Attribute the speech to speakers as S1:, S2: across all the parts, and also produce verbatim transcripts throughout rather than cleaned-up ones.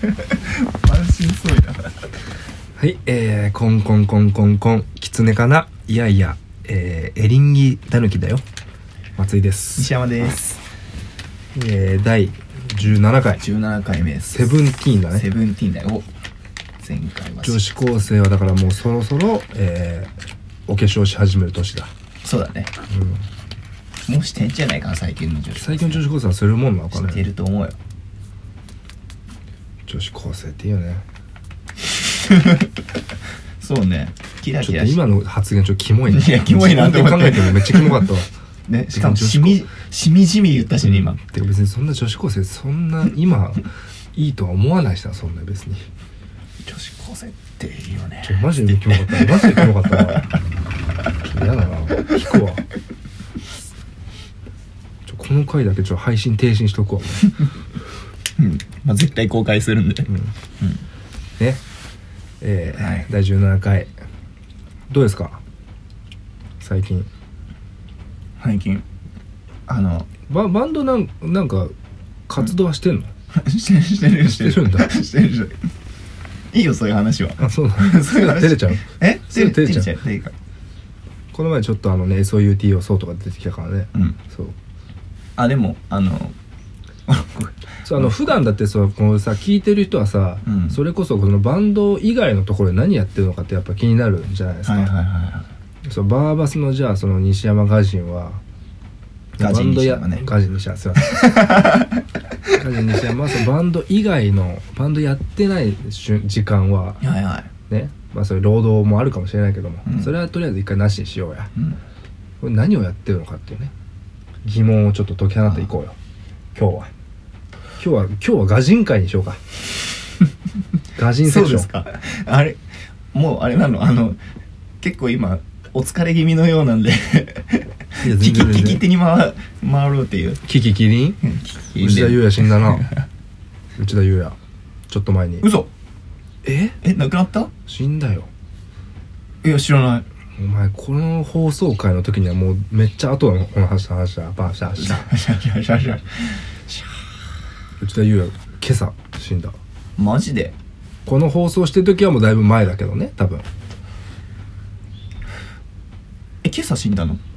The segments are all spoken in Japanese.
S1: 満身創痍だ。
S2: はい、えー、コンコンコンコンコンキツネかな、いやいや、えー、エリンギタヌキだよ。松井です。
S1: 西山です。
S2: えー、だいじゅうななかい
S1: じゅうななかいめです。
S2: セブンティーンだね。
S1: セブンティーンだよ。前回は
S2: 女子高生はだからもうそろそろ、えー、お化粧し始める年だ。
S1: そうだね、うん、もうしてんじゃないかな、最近の女子高生。
S2: 最近の女子高生はするもんなのかね。
S1: してると思うよ。
S2: 女子高生っていいよね。
S1: そうね、キラキラし。
S2: ちょっと今の発言ちょっとキモいね。
S1: いやキモいなと思って
S2: 考えてもめっちゃキモかったわ。
S1: ね、しかもしみしみじみ言ったしね、今。
S2: てか別にそんな女子高生そんな今いいとは思わないしな、そんな別に。
S1: 女子高生っていいよね。
S2: ちょマジでキモかった。マジでキモかったわ。嫌だな、引くわ。ちょこの回だけちょ配信停止にしとくわ。
S1: うん、まあ絶対公開するんで。うんうん、
S2: ね、えー
S1: はい、
S2: だいじゅうななかいどうですか最近。
S1: 最近あの
S2: ババンドなんなんか活動はしてんの？
S1: してるしてる
S2: してるんだ。
S1: してるしてる。いいよそういう話は。
S2: あ、そうだ。そういうの照れちゃう。
S1: え？
S2: 照れ照れちゃう。
S1: 照れちゃう。
S2: この前ちょっとあのね エスオーユーティーオー そうとか出てきたからね。
S1: うん。
S2: そう。
S1: あでもあの
S2: そうあの普段だってそうこのさ聞いてる人はさ、うん、それこそこのバンド以外のところで何やってるのかってやっぱ気になるんじゃないですか。
S1: はいはいはいはい。
S2: そうバーバスのじゃあその西山ガジンは
S1: ガジン西山ね。
S2: ガジン西山すいません。ガジン西山はそのバンド以外のバンドやってない時間は、
S1: はいはい
S2: ね、まあそういう労働もあるかもしれないけども、
S1: うん、
S2: それはとりあえず一回なしにしようや、
S1: うん、
S2: これ何をやってるのかっていうね疑問をちょっと解き放っていこうよ。今日は今日は今日はガジン会にしようか。ガジンセクション。
S1: そうですか。あれもうあれなの、あの結構今お疲れ気味のようなんで聞き聞き手に回回ろうっていう。
S2: キキキリン内田裕也死んだな。内田裕也ちょっと前に。
S1: 嘘。
S2: え
S1: え亡くなった？
S2: 死んだよ。
S1: いや知らない。
S2: お前この放送回の時にはもうめっちゃ後のこの話した話だ。バーシャーシャー
S1: シャシャシャシャ
S2: 内田裕也今朝死んだ。
S1: マジで？
S2: この放送してる時はもうだいぶ前だけどね多分。
S1: え今朝死んだの？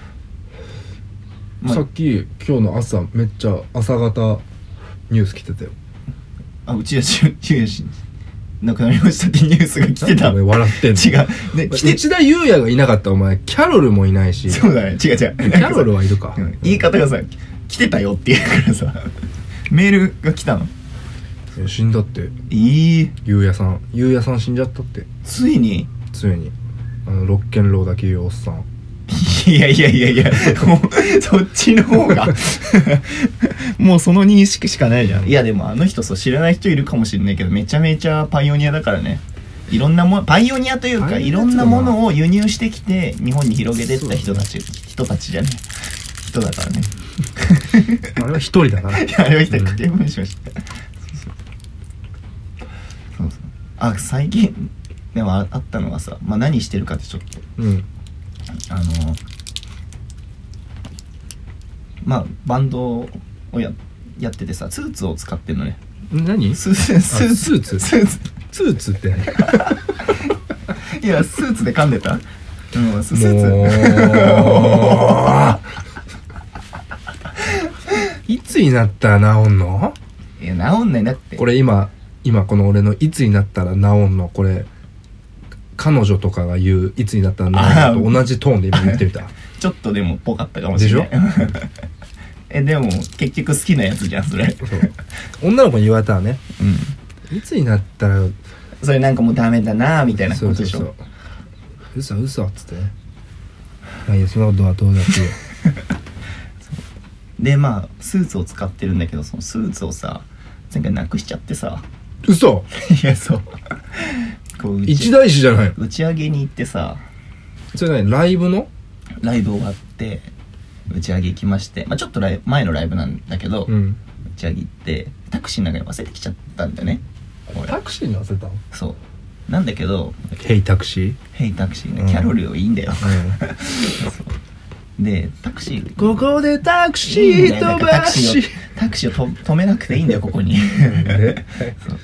S2: さっき今日の朝めっちゃ朝方ニュース来てたよ。
S1: あ内田裕也死ん亡くなりましたってニュースが来てた。
S2: お前笑ってんの？
S1: 違う、ね、来て
S2: 内田裕也がいなかったらお前キャロルもいないし。
S1: そうだね、違う違う、キ
S2: ャロルはいるか、
S1: うん、言い方がさ来てたよって言うからさメールが来たの。
S2: 死んだって。
S1: えー、
S2: 裕也さん裕也さん死んじゃったって。
S1: ついに
S2: ついにあのロッケンローだけ言うおっさん。
S1: いやいやいやいやもうそっちの方がもうその認識しかないじゃん。いやでもあの人そう知らない人いるかもしれないけどめちゃめちゃパイオニアだからね。いろんなもパイオニアというかいろんなものを輸入してきて日本に広げてった人たち、ね、人たちじゃね人だからね
S2: あれは一人だから
S1: いやあれは一人確認しました。そうそうあ最近でも あ, あったのはさ、まあ、何してるかってちょっと、
S2: うん、
S1: あのまあバンドを や, やっててさスーツを使ってるのね。
S2: 何
S1: スーツスーツ
S2: スーツ
S1: スーツ
S2: スーツって何
S1: いやスーツで噛んでた。うんスーツ
S2: いつになったら治んの？
S1: いや治んないなって。
S2: これ今今この俺のいつになったら治んのこれ彼女とかが言ういつになったら治ると同じトーンで今言ってみた。
S1: ちょっとでもぽかったかもしれない。でしょえでも結局好きなやつじゃんそれ。
S2: そう女の子に言われたらね、
S1: うん、
S2: いつになったら
S1: それなんかもうダメだなみたいなことでしょ。そう
S2: そうそう嘘嘘っつってね。まあいやそのことはどうだって
S1: でまあスーツを使ってるんだけどそのスーツをさ前回なくしちゃってさ。
S2: 嘘
S1: いやそうこう
S2: 一大事じゃない。
S1: 打ち上げに行ってさ。
S2: それ何ライブの
S1: ライブ終わって打ち上げ行きまして、まあ、ちょっとライ前のライブなんだけど、うん、打ち上げ行ってタクシーの中に忘れてきちゃったんだよね。
S2: タクシーに忘れたの？
S1: そうなんだけど
S2: ヘイタクシー
S1: ヘイタクシーね、うん、キャロルをいいんだよ、うん、でタクシー
S2: ここでタクシー飛ばし
S1: タクシーをタクシーをと止めなくていいんだよここにそう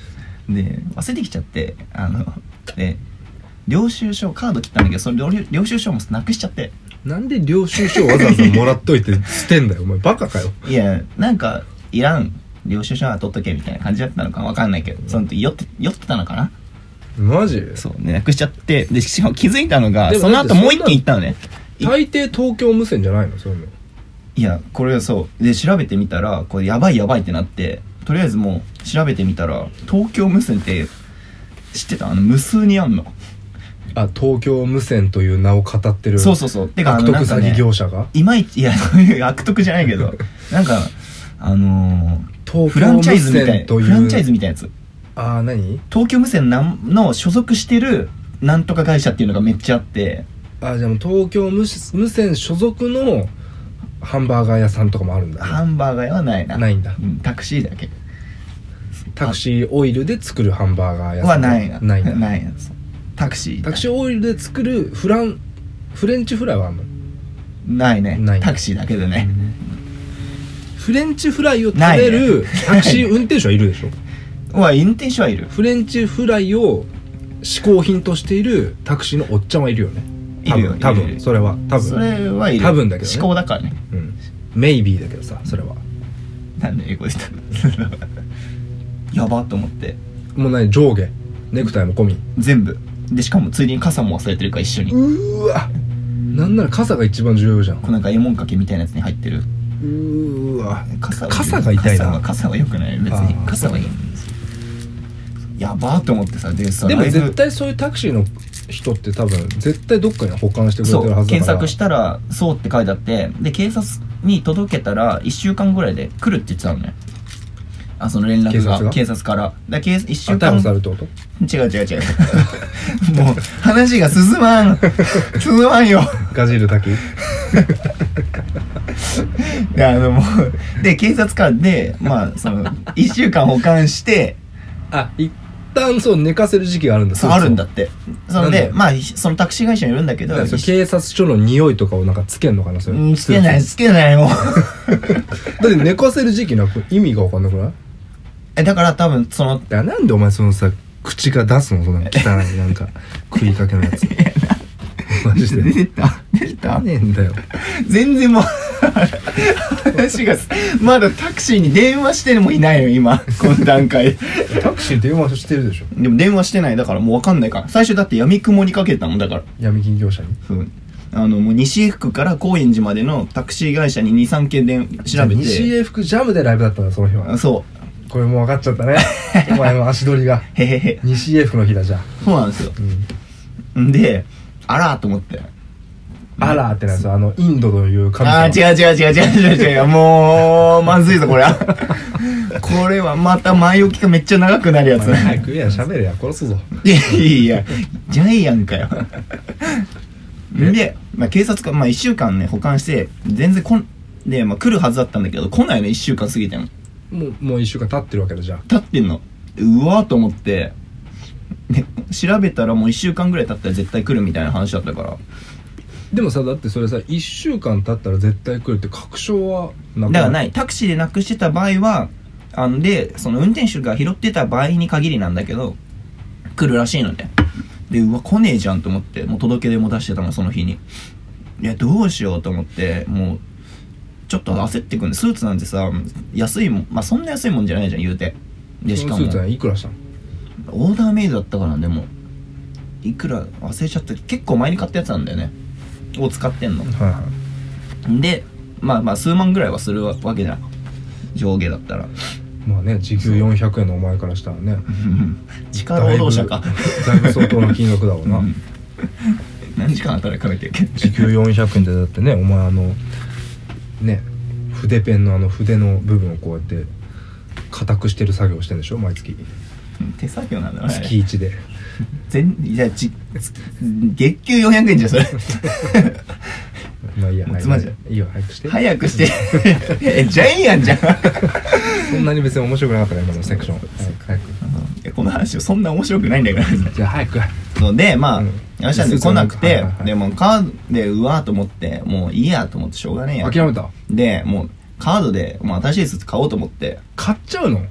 S1: で忘れてきちゃって、あので領収書カード切ったんだけど、その領領収書もなくしちゃって。
S2: なんで領収書わざわざもらっといて捨てんだよお前バカかよ。
S1: いやなんかいらん領収書は取っとけみたいな感じだったのかわかんないけど、その時酔って酔ってたのかな。
S2: マジ？
S1: そうね、なくしちゃって、でしかも気づいたのがその後
S2: でもだってそんな
S1: もう一件行ったのね。
S2: 大抵東京無線じゃないのそういうの。
S1: いやこれはそうで調べてみたらこれやばいやばいってなって、とりあえずもう調べてみたら東京無線って知ってた？あの無数にあんの。
S2: あ、東京無線という名を語ってる。
S1: そうそうそう。てか
S2: 悪徳詐欺業者が、
S1: ね、いまいちいや悪徳じゃないけどなんかあのー、
S2: 東京無線という
S1: フランチャイズみたいなやつ。
S2: あー何？
S1: 東京無線の所属してるなんとか会社っていうのがめっちゃあって。
S2: あ、じゃあもう東京無無線所属のハンバーガー屋さんとかもあるんだ、ね、
S1: ハンバーガー屋はないな。
S2: ないんだ、
S1: うん、タクシーだけ。
S2: タクシーオイルで作るハンバーガー屋さん
S1: はないな。
S2: ないんだ。
S1: ないな。タクシー
S2: タクシーオイルで作るフランフレンチフライはあるの？
S1: ないね。
S2: ない
S1: タクシーだけでね、
S2: うん、フレンチフライを食べる、ね、タクシー運転手はいるでしょ
S1: は運転手はいる。
S2: フレンチフライを嗜好品としているタクシーのおっちゃんはいるよね。
S1: いるよ。
S2: 多分それは多分
S1: それはいる。
S2: 多分だけどね。
S1: 思考だからね。
S2: うん。メイビーだけどさ、それは。
S1: なんで英語で言ったの？やばっと思って。
S2: もう何上下ネクタイも込み。
S1: 全部。でしかもついでに傘も忘れてるから一緒に。
S2: うーわ。なんなら傘が一番重要じゃん。
S1: こうなんか絵文掛けみたいなやつに入ってる。
S2: うーわ。
S1: 傘
S2: 傘が痛いな。
S1: 傘は傘は良くない別に。傘はいい。やばっと思ってさ。でさ。
S2: でも絶対そういうタクシーの人って多分絶対どっかに保管してくれてるはずだから。
S1: 検索したらそうって書いてあって、で警察に届けたらいっしゅうかんぐらいで来るって言ってたのね。あ、その連絡が
S2: 警察が
S1: 警察からだいっしゅう
S2: かん。
S1: かん
S2: 逮捕されるってこと？
S1: 違う違う違うもう話が進まん進まんよ
S2: ガジル滝
S1: であのもうで警察官でまあそのいっしゅうかん保管して
S2: あ一旦そう寝かせる時期があるんだ。
S1: そうあるんだって。それでまあそのタクシー会社にいるんだけど、
S2: そ警察署の匂いとかをなんかつけんのかなそれ。
S1: うん、つけないつけないよ
S2: だって寝かせる時期なく意味が分かんなくない？
S1: えだから多分その
S2: いやなんでお前そのさ口が出すのそんな汚いなんか食いかけのやつマジで
S1: 出た出た
S2: ねえんだよ
S1: 全然もう話がまだタクシーに電話してもいないよ今この段階
S2: タクシー電話してるでしょ。
S1: でも電話してないだからもう分かんないから最初だって闇雲にかけたもんだから
S2: 闇金業者に。
S1: そうあのもう西江福から高円寺までのタクシー会社に にさんけんで調べて
S2: 西江福ジャムでライブだったんだその日は。
S1: そう
S2: これもう分かっちゃったねお前の足取りが
S1: へへへ
S2: 西江福の日だじゃあ。
S1: そうなんですよ、
S2: うん、
S1: であらーと思って
S2: あらーってなんですよあのインドという神様。
S1: あー違う違う違う違う違う違うもうまずいぞこれはこれはまた前置きがめっちゃ長くなるやつ
S2: 早く言えや喋れや殺すぞ。
S1: いやいやジャイアンかよで、まあ、警察官、まあ、いっしゅうかんね保管して全然こんで、まあ、来るはずだったんだけど来ないのいっしゅうかん過ぎてんの。
S2: もうもういっしゅうかん経ってるわけだじゃあ。
S1: 経ってんの。うわーと思ってで調べたらもういっしゅうかんぐらい経ったら絶対来るみたいな話だったから。
S2: でもさだってそれさいっしゅうかん経ったら絶対来るって確証はなく
S1: だからないタクシーでなくしてた場合はあのでその運転手が拾ってた場合に限りなんだけど来るらしいのででうわ来ねえじゃんと思ってもう届け出も出してたのその日に。いやどうしようと思ってもうちょっと焦ってくんでスーツなんてさ安いもんまあそんな安いもんじゃないじゃん言うて。でしかも
S2: スーツはいくらしたの？
S1: オーダーメイドだったからでもいくら忘れちゃった結構前に買ったやつなんだよねを使ってんの、
S2: はいはい、
S1: でまあまあ数万ぐらいはするわけじゃん上下だったら。
S2: まあね時給よんひゃくえんのお前からしたらね
S1: 時間労働者か
S2: だいぶ相当な金額だろうな、うん、
S1: 何時間働かなきゃいけない
S2: 時給よんひゃくえんでだってねお前あのね筆ペンのあの筆の部分をこうやって固くしてる作業してるんでしょ毎月。
S1: 手作業なんだろ
S2: 月いちで
S1: 全いやち月給よんひゃくえんじゃんそれ
S2: まあいいや
S1: もうつまじゃ
S2: いいよ早くして
S1: 早くしてえジャイアンじゃん
S2: そんなに別に面白くなかったね今のセクション。早く
S1: いやこの話そんな面白くないんだから
S2: じゃあ早く
S1: そうでまあ、うん、明日で来なくて、
S2: はいはいはい、
S1: でもカードでうわーと思ってもういいやと思ってしょうがねえや
S2: 諦めた。
S1: でもうカードでもう新しいスーツ買おうと思って。
S2: 買っちゃうの？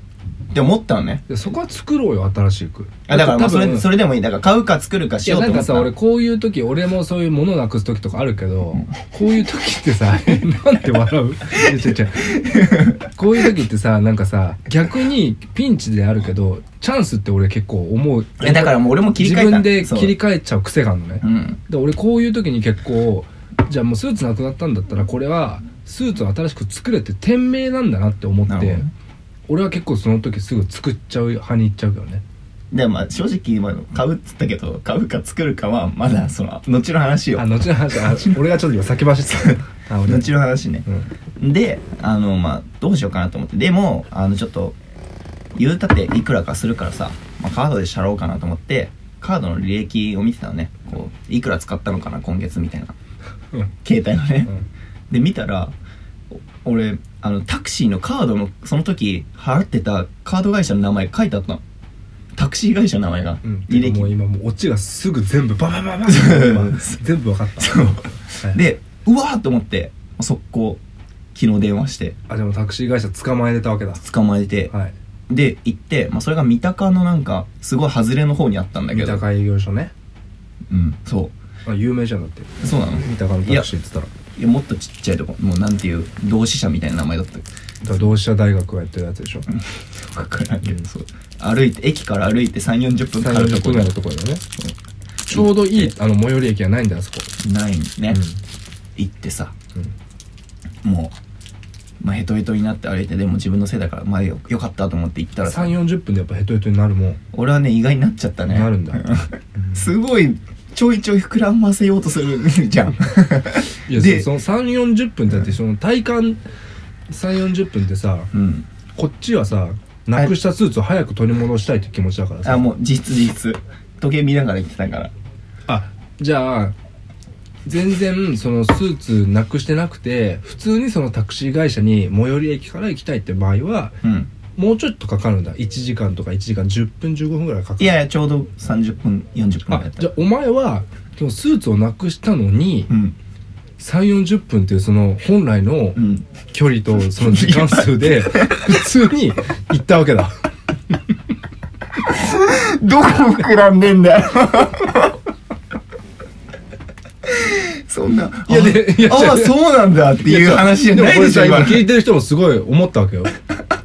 S1: って思ったのね。
S2: でそこは作ろうよ、新しく。
S1: あだからまあそれ
S2: 多分
S1: それでもいい。だから買うか作るかし
S2: いや
S1: ようと思った。
S2: なんかさ俺こういう時俺もそういう物をなくす時とかあるけど、こういう時ってさなんて笑ういや違う違うこういう時ってさなんかさ逆にピンチであるけどチャンスって俺結構思う。
S1: えだからもう俺も切り替えた。
S2: 自分で切り替えちゃう癖があるのね。
S1: うん、
S2: で俺こういう時に結構じゃあもうスーツなくなったんだったらこれはスーツを新しく作れって店名なんだなって思って、俺は結構その時すぐ作っちゃう派にいっちゃうけどね。
S1: でもまあ正直今買うっつったけど買うか作るかはまだその後の話よ。
S2: あ後の話あ俺がちょっと今先走ってたあ俺
S1: 後の話ね、
S2: うん、
S1: であのまあどうしようかなと思って、でもあのちょっと言うたっていくらかするからさ、まあ、カードで支払おうかなと思ってカードの履歴を見てたのね。こういくら使ったのかな今月みたいな、うん、携帯のね、うん、で見たら俺あのタクシーのカードのその時払ってたカード会社の名前書いてあったの。タクシー会社の名前が、
S2: うん、履歴もう今もうオチがすぐ全部ババババ全部分かった
S1: そう、はい、でうわーっと思って速攻昨日電話して、
S2: あでもタクシー会社捕まえれたわけだ。
S1: 捕まえて、はい、で行って、まあ、それが三鷹のなんかすごい外れの方にあったんだけど、
S2: 三鷹営業所ね。
S1: うんそう
S2: あ有名じゃんだって。
S1: そうなの。
S2: 三鷹のタクシーって言ったら
S1: いやもっとちっちゃいとこ、もうなんていう同志社みたいな名前だった。
S2: だから同志社大学がやってるやつでしょ。
S1: 分からんけど、そう歩いて駅から歩いて さんじゅうよんじゅっぷんかかるところのところだよね。ちょうどいいあの最寄り駅はないんだよあそこ。ないね、うん、行ってさ、うん、もう、まあ、ヘトヘトになって歩いて、でも自分のせいだからまあ よ, よかったと思って行ったらさ
S2: さんじゅうよんじゅっぷんでやっぱヘトヘトになるもん。
S1: 俺はね意外になっちゃったね。
S2: なるんだ
S1: すごいちょいちょい膨らませようとするじゃん
S2: いやでそのさんじゅうよんじゅっぷんってだってその体感さんじゅうよんじゅっぷんってさ、うん、こっちはさなくしたスーツを早く取り戻したいって気持ちだからさ。
S1: あもう実質実質時計見ながら言ってたから。
S2: あじゃあ全然そのスーツなくしてなくて普通にそのタクシー会社に最寄り駅から行きたいって場合は、うん、もうちょっとかかるんだ。いちじかんとかいちじかんじゅっぷんじゅうごふんぐらいかかる。
S1: いやいやちょうどさんじゅっぷんよんじゅっぷんぐらいだった。
S2: じゃあお前はそのスーツをなくしたのに、うん、さんじゅうよんじゅっぷんっていうその本来の距離とその時間数で普通に行ったわけだ
S1: どこ膨らんでんだよそんないやでいやああそうなんだっていう話じゃないでしょ。
S2: 今聞いてる人もすごい思ったわけよだ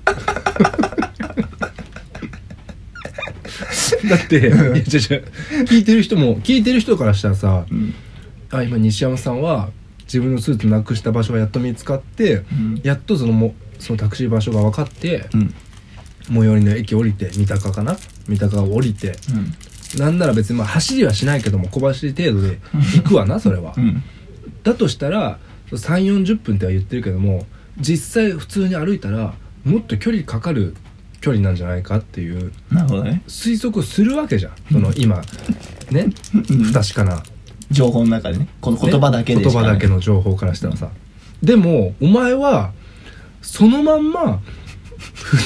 S2: っていや違う違う聞いてる人も聞いてる人からしたらさ、うん、あ今西山さんは自分のスーツなくした場所がやっと見つかって、うん、やっとそのもそのタクシー場所が分かって、うん、最寄りの駅降りて三鷹かな三鷹を降りて、うん、なんなら別にまあ走りはしないけども小走り程度で行くわなそれは、うん、だとしたらさんじゅうよんじゅっぷんっては言ってるけども実際普通に歩いたらもっと距離かかる距離なんじゃないかっていう
S1: なるほど、ね、
S2: 推測をするわけじゃん。その今ね不確かな
S1: 情報の中でねこの言葉だけでしか、ね、
S2: 言葉だけの情報からしたらさ、うん、でもお前はそのまんま普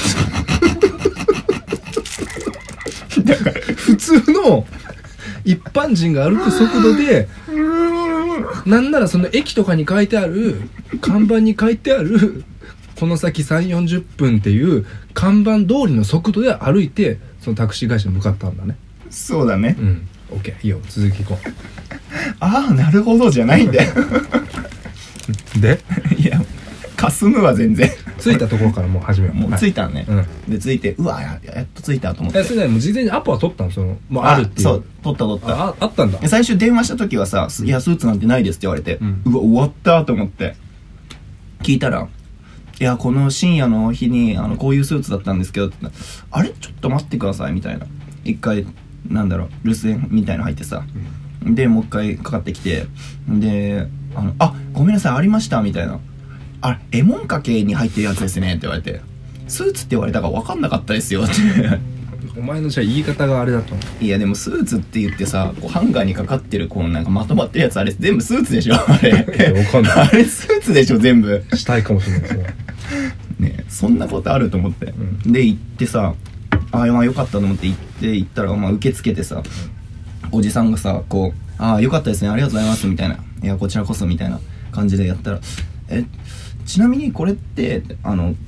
S2: 通だから普通の一般人が歩く速度でなんならその駅とかに書いてある看板に書いてあるこの先さんじゅうよんじゅっぷんっていう看板通りの速度で歩いてそのタクシー会社に向かったんだね。
S1: そうだね。
S2: うん。オッケーいいよ続きいこう。
S1: ああなるほどじゃないんだよ
S2: で
S1: いや霞むは全然
S2: 着いたところからもう始めよう。
S1: もう着いたのね、はい、で着いてうわ や, やっと着いたと思って。
S2: えそれねもう事前にアポは取ったのそのもうあるっていう。
S1: そう取った取った
S2: あ, あったんだ。
S1: 最初電話した時はさ、うん、いやスーツなんてないですって言われて、うん、うわ終わったと思って聞いたらいやこの深夜の日にあのこういうスーツだったんですけどあれちょっと待ってくださいみたいな一回なんだろう留守電みたいなの入ってさ、うん、でもう一回かかってきてであのあごめんなさいありましたみたいなあれエモンかけに入ってるやつですねって言われてスーツって言われたから分かんなかったですよって
S2: お前のじゃあ言い方があれだと思
S1: う。いやでもスーツって言ってさこうハンガーにかかってるこうなんかまとまってるやつあれ全部スーツでしょあれ
S2: 分かんない
S1: あれスーツでしょ全部
S2: したいかもしれないですね
S1: ねそんなことあると思って、うん、で行ってさああまあよかったと思って行って行ったらまあ受け付けてさ、うん、おじさんがさこうああよかったですねありがとうございますみたいないやこちらこそみたいな感じでやったらえちなみにこれってあの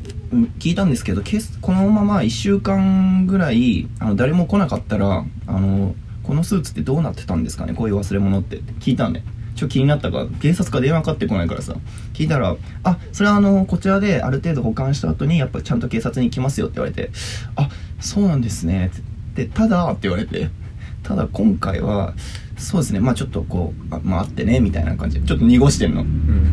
S1: 聞いたんですけど、このままいっしゅうかんぐらいあの誰も来なかったら、あのこのスーツってどうなってたんですかね、こういう忘れ物って聞いたんで、ちょっと気になったから、警察から電話かかってこないからさ、聞いたら、あ、それはあのこちらである程度保管した後にやっぱちゃんと警察に来ますよって言われて、あ、そうなんですねってで、ただって言われて、ただ今回はそうですね、まあちょっとこう、あ、まああってねみたいな感じでちょっと濁してんの、うん、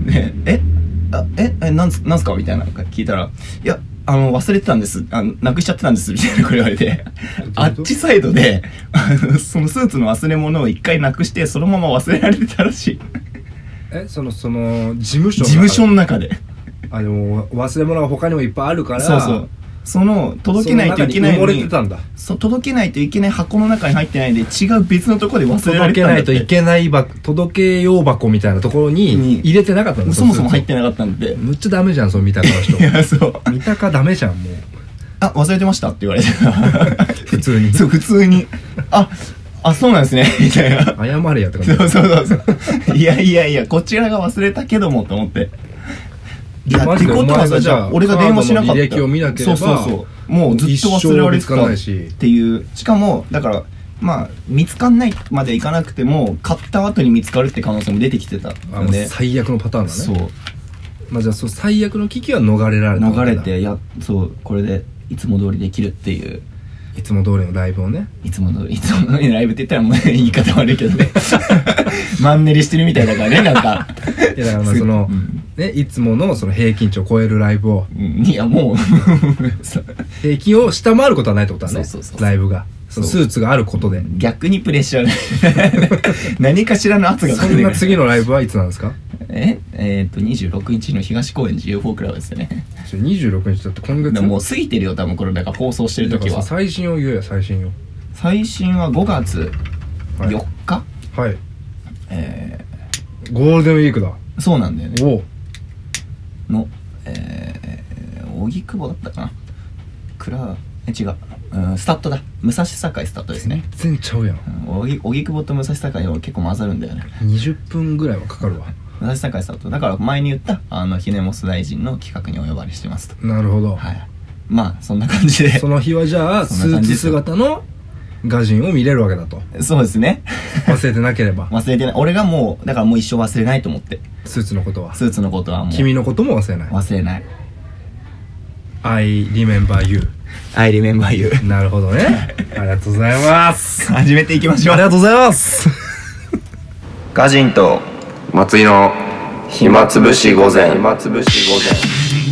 S1: で、えあええなんすなんすかみたいな聞いたら、いやあの忘れてたんです、あのなくしちゃってたんですみたいなこれ言われて、あっちサイドであのそのスーツの忘れ物を一回なくしてそのまま忘れられてたらしい。
S2: えそのその事務所
S1: 事務所の中で、
S2: あ、でも忘れ物が他にもいっぱいあるから、
S1: そうそう、その届けないといけないのに、
S2: その中に埋もれてたんだ。
S1: そう届けないといけない箱の中に入ってないんで、違う別のところで忘れられて
S2: 届け
S1: たんだって。
S2: ないといけない箱、届け用箱みたいなところに入れてなかったんだ。
S1: そもそも入ってなかったんで、
S2: むっちゃダメじゃん、その三鷹の人。
S1: いや、そう
S2: 三鷹ダメじゃん、もう。
S1: あ、忘れてましたって言われて
S2: 普通に。
S1: そう、普通に、あ、あ、そうなんですねみたいな。
S2: 謝れやって感じ。
S1: そうそうそうそう。いやいやいや、こちらが忘れたけどもと思って。いや、ってことはさ、じゃあ俺が電話しなかったら、
S2: 履歴を見なければ、
S1: そうそうそう、もうずっと忘れられてたっていう。しかもだからまあ見つかんないまでいかなくても、買った後に見つかるって可能性も出てきてたので、
S2: 最悪のパターンだね。
S1: そう。
S2: まあじゃあその最悪の危機は逃れられた。
S1: 逃れて、やそうこれでいつも通りできるっていう。
S2: いつも通りのライブをね。
S1: いつも通りいつも通りのライブって言ったらもう言い方悪いけどね。マンネリしてるみたいだからね、なんか。
S2: いやだからまあその、うん、ね、いつものその平均値を超えるライブを、
S1: うん、いやもう
S2: 平均を下回ることはないってことだね。
S1: そうそうそう、
S2: ライブがそのスーツがあることで
S1: 逆にプレッシャー何かしらの圧が
S2: そんな次のライブはいつなんですか？
S1: ええー、っとにじゅうろくにちの東高円寺 ユーフォー クラブですよね。
S2: にじゅうろくにちだって今月
S1: もう過ぎてるよ多分、これだから放送してる時は。
S2: 最新を言えや、最新を。
S1: 最新はごがつよっか、
S2: はい、はい、
S1: え
S2: ー、ゴールデンウィークだ。
S1: そうなんだよね。
S2: お
S1: のえー、荻窪だったかな、クラえ違う、うん、スタッドだ、武蔵境スタッドですね。
S2: 全然ちゃうやん。
S1: 荻窪と武蔵境を結構混ざるんだよね。
S2: にじゅっぷんぐらいはかかるわ。
S1: 武蔵境スタッドだから前に言ったあのひねもす大臣の企画にお呼ばれしてますと。
S2: なるほど。
S1: はい。まあそんな感じで
S2: その日はじゃあスーツ姿のガジンを見れるわけだと。
S1: そうですね。
S2: 忘れてなければ。
S1: 忘れてない。俺がもうだからもう一生忘れないと思って。
S2: スーツのことは。
S1: スーツのことはもう。
S2: 君のことも忘れない。
S1: 忘れない。
S2: I remember you。
S1: I remember you。
S2: なるほどね。ありがとうございます。
S1: 始めていきましょう。
S2: ありがとうございます。
S1: ガジンと
S2: 松井の
S1: 暇つぶし午前。暇つぶし午前。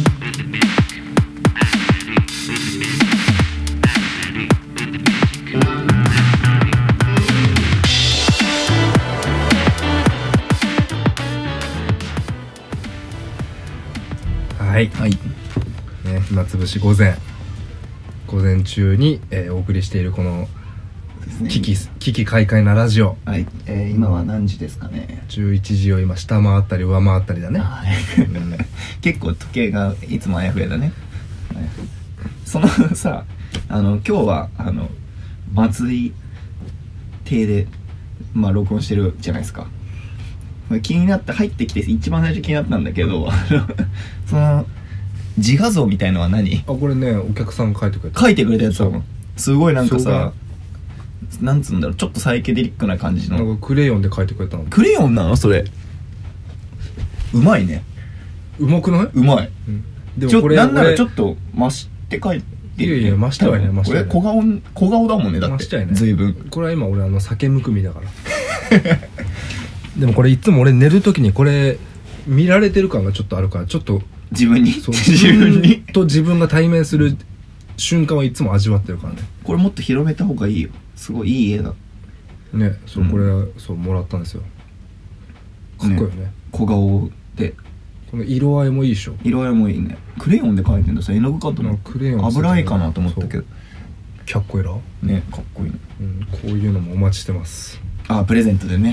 S2: はい、
S1: はい、
S2: ね、暇つぶし午前午前中に、えー、お送りしているこの危機、危機快快なラジオ。
S1: はい、えー、今は何時ですかね。
S2: じゅういちじを今下回ったり上回ったりだね。
S1: はい、うん、結構時計がいつもあやふやだね。そのさ、あの今日はあの松井邸でまあ録音してるじゃないですか。気になって入ってきて一番最初気になったんだけど、その自画像みたいのは何？
S2: あ、これね、お客さんが描いてくれた
S1: 描いてくれたやつだもん。すごいなんかさ、なんつうんだろう、ちょっとサイケデリックな感じの。
S2: なんかクレヨンで描いてくれたの。
S1: クレヨンなのそれ？うまいね。
S2: うまくない？
S1: うまい、
S2: うん、で
S1: もこれなんならちょっと増して描いてる、ね、
S2: いやいや増してはいね、増してはいね。
S1: これ小顔小顔だもんね、だって
S2: 増してはいね。
S1: 随分。
S2: これは今俺あの酒むくみだからでもこれいつも俺寝るときにこれ見られてる感がちょっとあるから、ちょっと
S1: 自分に
S2: そう自分にと自分が対面する瞬間はいつも味わってるからね。
S1: これもっと広めた方がいいよ。すごいいい絵だ
S2: ね。そう、うん、これそうもらったんですよ。かっこいいよね、
S1: 小顔で。
S2: この色合いもいいでしょ。
S1: 色合いもいいね。クレヨンで描いてんださ。絵の具カットの
S2: クレヨン
S1: 油絵かなと思ったけど、
S2: キャッコエラ
S1: ね、かっこいいね、
S2: うん、こういうのもお待ちしてます。
S1: あ、プレゼントでね、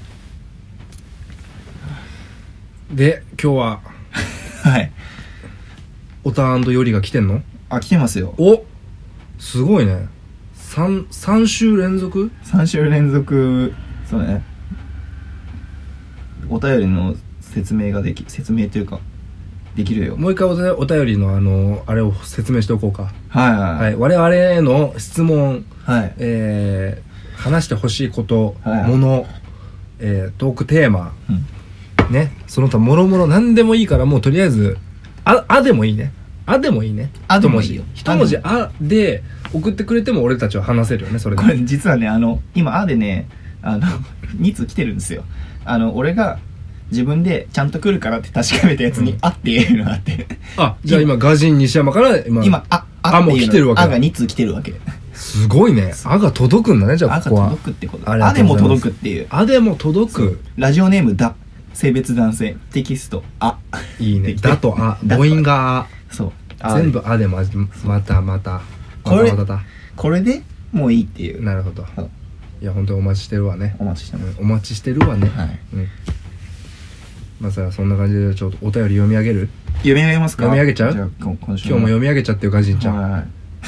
S2: うん、で今日は
S1: はい
S2: オタ&ヨリが来てんの？
S1: あ、来てますよ。
S2: お、すごいね。 3, 3週連続
S1: さん週連続。そうね、お便りの説明ができ説明というかできるよ。
S2: もう一回おたお便りのあのあれを説明しておこうか。
S1: はいはい、
S2: はい、我々への質問、
S1: はい、
S2: えー、話してほしいこと、
S1: はいはい、
S2: もの、えー、トークテーマ、
S1: うん、
S2: ね、その他もろもろ何でもいいから、もうとりあえずああでもいいね。あでもいいね。
S1: あでもいいよ。
S2: 一文字あで送ってくれても俺たちは話せるよね。それで
S1: これ実はね、あの今あでね、あのに通来てるんですよ。あの俺が自分でちゃんと来るからって確かめたやつに、うん、あっていうのがあって、
S2: あ、じゃあ今ガジン西山から
S1: 今今ああ
S2: もう来てるわけ。
S1: あがに通来てるわけ。
S2: すごいね。あが届くんだね。じゃあここは
S1: あが届くってこと。あでも届くっていう。
S2: あでも届く。
S1: ラジオネームだ、性別男性、テキストあ。
S2: いいね。だとあ、母音があ。
S1: そう。
S2: 全部あでままたまた
S1: これこれでもういいっていう。
S2: なるほど。いや本当にお待ちしてるわね。
S1: お待ちしてます。
S2: お待ちしてるわね。
S1: はい。
S2: うん。まあさ、そんな感じでちょっとお便り読み上げる？
S1: 読み上げますか？
S2: 読み上げちゃう？
S1: じゃあ今
S2: 今日も読み上げちゃってよガジンちゃん。
S1: はい。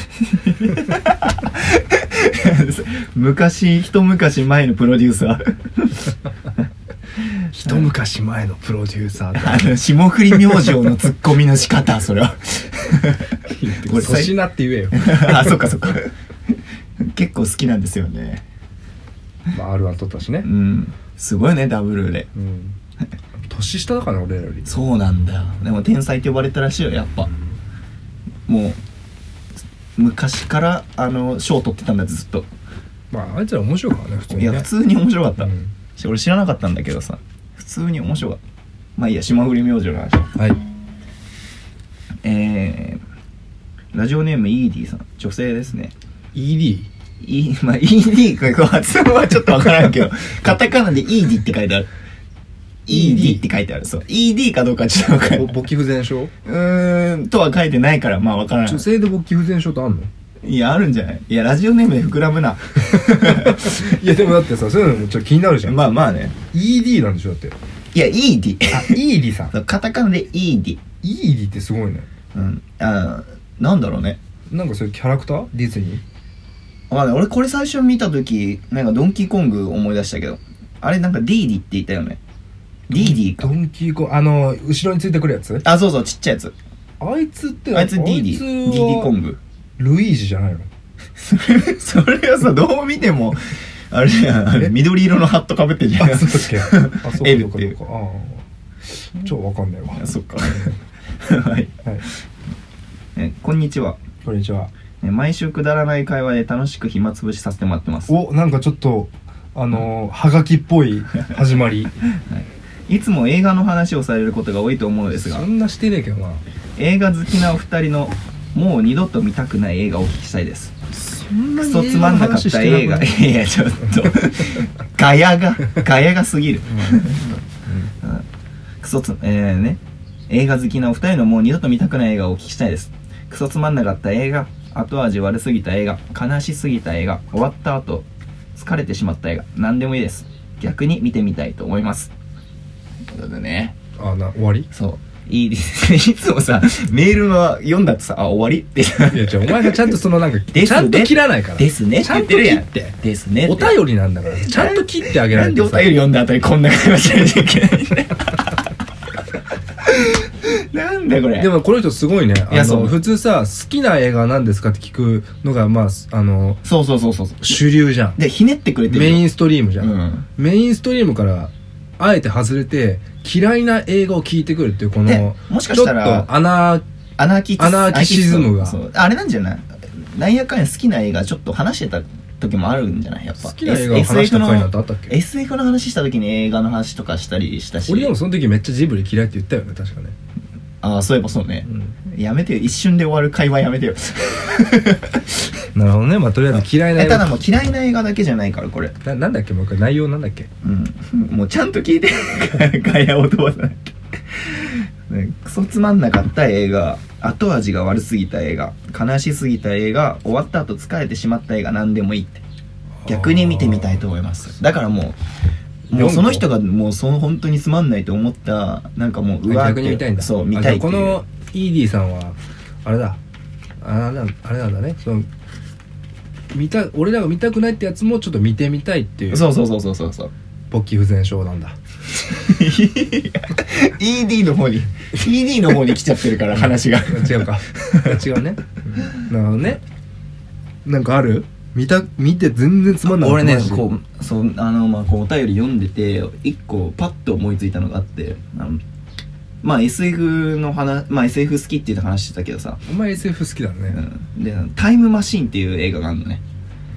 S1: 昔一昔前のプロデューサー。
S2: 一昔前のプロデューサー。
S1: あの霜降り明星のツッコミの仕方、それは。
S2: 俺粗品って言えよ。
S1: あ、そっかそっか。結構好きなんですよね。
S2: まあ アールワン 取ったしね。
S1: うん。すごいね、ダブルで。
S2: うん。年下だからね、俺らより。
S1: そうなんだよ。でも天才って呼ばれたらしいよ、やっぱ。もう昔からあの賞取ってたんだ、ずっと。
S2: まああいつら面白いからね、普通にね。
S1: いや普通に面白かった。
S2: うん、
S1: 俺知らなかったんだけどさ、普通に面白かった。まあいいや、霜降り明星の話。
S2: はい。
S1: えー、ラジオネームイーディーさん、女性ですね。
S2: イーディー？
S1: いまあ イーディー これ発音はちょっとわからんけど、カタカナでイーディーって書いてある。イーディー って書いてある。そう。イーディー かどうかちょっとわからん。
S2: 勃起不全症？
S1: うーんとは書いてないからまあわからん。
S2: 女性で勃起不全症ってあんの？
S1: いやあるんじゃない？いやラジオネームで膨らむな。
S2: いやでもだってさ、そういうのもちょっと気になるじゃん。
S1: まあまあね。
S2: イーディー なんでしょだって。
S1: いやイーディー。
S2: あ、イーディーさん。
S1: カタカナでイーディ。
S2: イーディーってすごいね。
S1: うん。あなんだろうね。
S2: なんかそういうキャラクター？ディズニー？
S1: あ、ね、俺これ最初見た時なんかドンキーコング思い出したけど、あれなんかディーディって言ったよね。ディーディか。
S2: ドンキーコング、あの後ろについてくるやつ？
S1: あ、そうそう、ちっちゃいやつ。
S2: あいつって
S1: あいつディーディ。ディーディコング。
S2: ルイージじゃないの？
S1: それはさ、どう見てもあれじゃん、あれ緑色のハットかぶってんじゃん。
S2: あ、そうだっけ？あ、そうか
S1: L っていう。
S2: ああ、超わかんないわ。
S1: そっか。はい。はい。え、こんにちは。
S2: こんにちは。
S1: 毎週くだらない会話で楽しく暇つぶしさせてもらってます。
S2: お、なんかちょっとあのー、はがきっぽい始まり。はい、
S1: いつも映画の話をされることが多いと思うのですが、
S2: そんなしてねえけどな。
S1: 映画好きなお二人のもう二度と見たくない映画をお聞きしたいです。
S2: そんなに
S1: クソつまんなかった映画。いやちょっとガヤがガヤが過ぎる。うんうん、クソつえー、ね映画好きなお二人のもう二度と見たくない映画をお聞きしたいです。クソつまんなかった映画、後味悪すぎた映画、悲しすぎた映画、終わった後疲れてしまった映画、何でもいいです。逆に見てみたいと思います。ということでね。
S2: あ、な終わり？
S1: そう。いいですね。いつもさ、メールの読んだとさ、あ、終わりってさ。
S2: いや、じゃあお前がちゃんとそのなんか、ちゃんと切らないから。
S1: ですね。
S2: ちゃんと切って。
S1: ですね。
S2: お便りなんだから。ちゃんと切ってあげられてさ。
S1: なんでお便り読んだ後にこんな会話しなきゃいけないんだよ。なんだこれ。
S2: でもこの人すごいね。
S1: いや、そう。
S2: 普通さ、好きな映画なんですかって聞くのが、まあ、あの、
S1: そうそうそうそう。
S2: 主流じゃん。
S1: で、ひねってくれてる。
S2: メインストリームじゃん。
S1: うん、
S2: メインストリームから、あえて外れて、嫌いな映画を聞いてくるっていうこの、
S1: もしかしたら、
S2: ちょっとアナ、
S1: アナーキ
S2: アナーキシズムが。
S1: あれなんじゃない？なんやかんや好きな映画ちょっと話してた時もあるんじゃない？やっぱ。
S2: 好きな映画を話した回なんてあったっけ？
S1: エスエフ の話した時に映画の話とかしたりしたし。
S2: 俺でもその時めっちゃジブリ嫌いって言ったよね、確かね。
S1: ああ、そういえばそうね、うん、やめてよ、一瞬で終わる会話やめてよ。
S2: なるほどね。まあとりあえず嫌いな映画、
S1: ただもう嫌いな映画だけじゃないからこれ
S2: な, なんだっけもう一回内容なんだっけ。
S1: うん、もうちゃんと聞いて。ガヤを飛ばさないと、ね、クソつまんなかった映画、後味が悪すぎた映画、悲しすぎた映画、終わった後疲れてしまった映画、何でもいいって逆に見てみたいと思います。だからもうもうその人がもうその本当につまんないと思ったなんかもううわーって
S2: 逆に見たいんだ。
S1: そう見たいっていう。
S2: このイーディさんはあれだ、あれあれなんだね、その見た俺らが見たくないってやつもちょっと見てみたいっていう。
S1: そうそうそうそうそうそう。
S2: 勃起不全症なんだ。
S1: イーディー の方に イーディー の方に来ちゃってるから話が
S2: 違うか違うね、うん、なるほどね。なんかある？見た見て全然つまんない。
S1: 俺ねこうそうあのまあこうお便り読んでて一個パッと思いついたのがあって、あのまあ エスエフ の話、まあ エスエフ 好きって言って話してたけどさ、
S2: お前 エスエフ 好きだね、
S1: うん、でタイムマシーンっていう映画があるのね。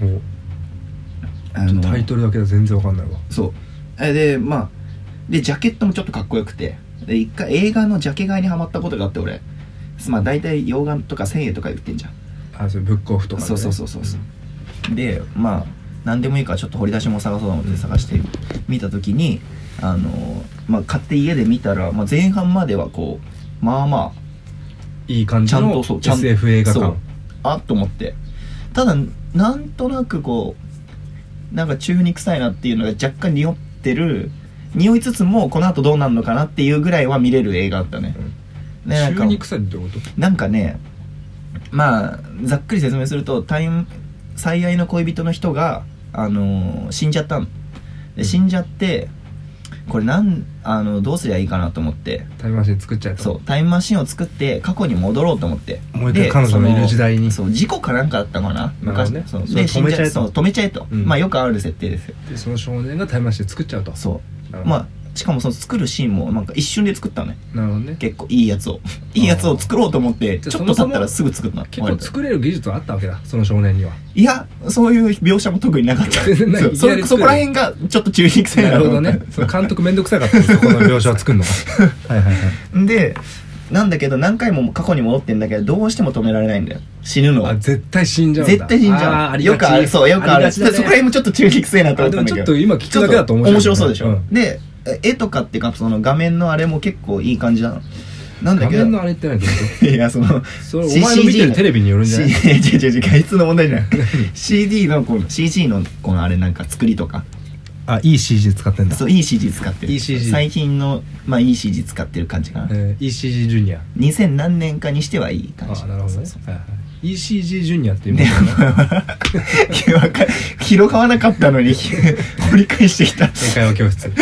S2: あのタイトルだけで全然わかんないわ。
S1: そうでまあでジャケットもちょっとかっこよくて、で一回映画のジャケ買いにハマったことがあって、俺まあ大体洋画とかせんえんとか売ってんじゃん。
S2: あ、それブックオフとかね。
S1: そうそうそうそうそう、うん、でまあ何でもいいからちょっと掘り出しも探そうと思って探して見た時に、あのまあ買って家で見たら、まあ、前半まではこうまあまあ
S2: いい感じの エスエフ 映画館
S1: あっと思って、ただなんとなくこうなんか中に臭いなっていうのが若干匂ってる匂いつつもこの後どうなるのかなっていうぐらいは見れる映画だったね、
S2: うん、で中に臭いってどういうこと？
S1: なんかね、まあざっくり説明すると、タイム最愛の恋人の人が、あのー、死んじゃったので、死んじゃってこれなんあのどうすりゃいいかなと思って、
S2: タイムマシン作っちゃうと。
S1: そうタイムマシンを作って過去に戻ろうと思って、
S2: もう一回彼女のいる時代に。
S1: そう事故かなんかだったかな昔ね。そう
S2: で止めちゃえと。
S1: 止めちゃえと、うん、まあよくある設定ですよ。
S2: でその少年がタイムマシン作っちゃうと。
S1: そうまあしかもその作るシーンもなんか一瞬で作ったのね。
S2: なるほどね。
S1: 結構いいやつをいいやつを作ろうと思ってちょっと経ったらすぐ作ったの。
S2: 結構作れる技術はあったわけだ、その少年には。
S1: いやそういう描写も特になかった全然ない。 そ, そ, そこら辺がちょっと中に臭いなと思った。
S2: なるほどね。その監督めんどくさかったんですよこの描写を作るのがはいはいはい。で
S1: なんだけど何回も過去に戻ってんだけどどうしても止められないんだよ、死ぬの。
S2: あ絶対死んじゃうんだ。
S1: 絶対死んじゃう。よくある。そうよくある。あ、ね、そこら辺もちょっと中に臭いなと思ったんだけど、
S2: でもちょっと今聞くだけだと面白い、ね、
S1: 面白そうでしょ、うん、で絵とかっていうかその画面のあれも結構いい感じなのなんだけど、
S2: 画面のあれって何ってことい
S1: やその
S2: それお前の見てるテレビによるんじゃない？
S1: 違う違う違う、画質の問題じゃないシーディー のこの シージー のこのあれなんか作りとか、
S2: あいい シージー 使ってんだ。
S1: そういい シージー 使ってる。
S2: いい シージー
S1: 最近のまあいい シージー 使ってる感じかな、
S2: えー、イーシージー ジュニア
S1: にせん何年かにしてはいい感じ。
S2: あなるほどね。
S1: そうそう、はいはい、
S2: イーシージー ジュニアっていう
S1: のね広がわなかったのに掘り返してきた
S2: 英会話教室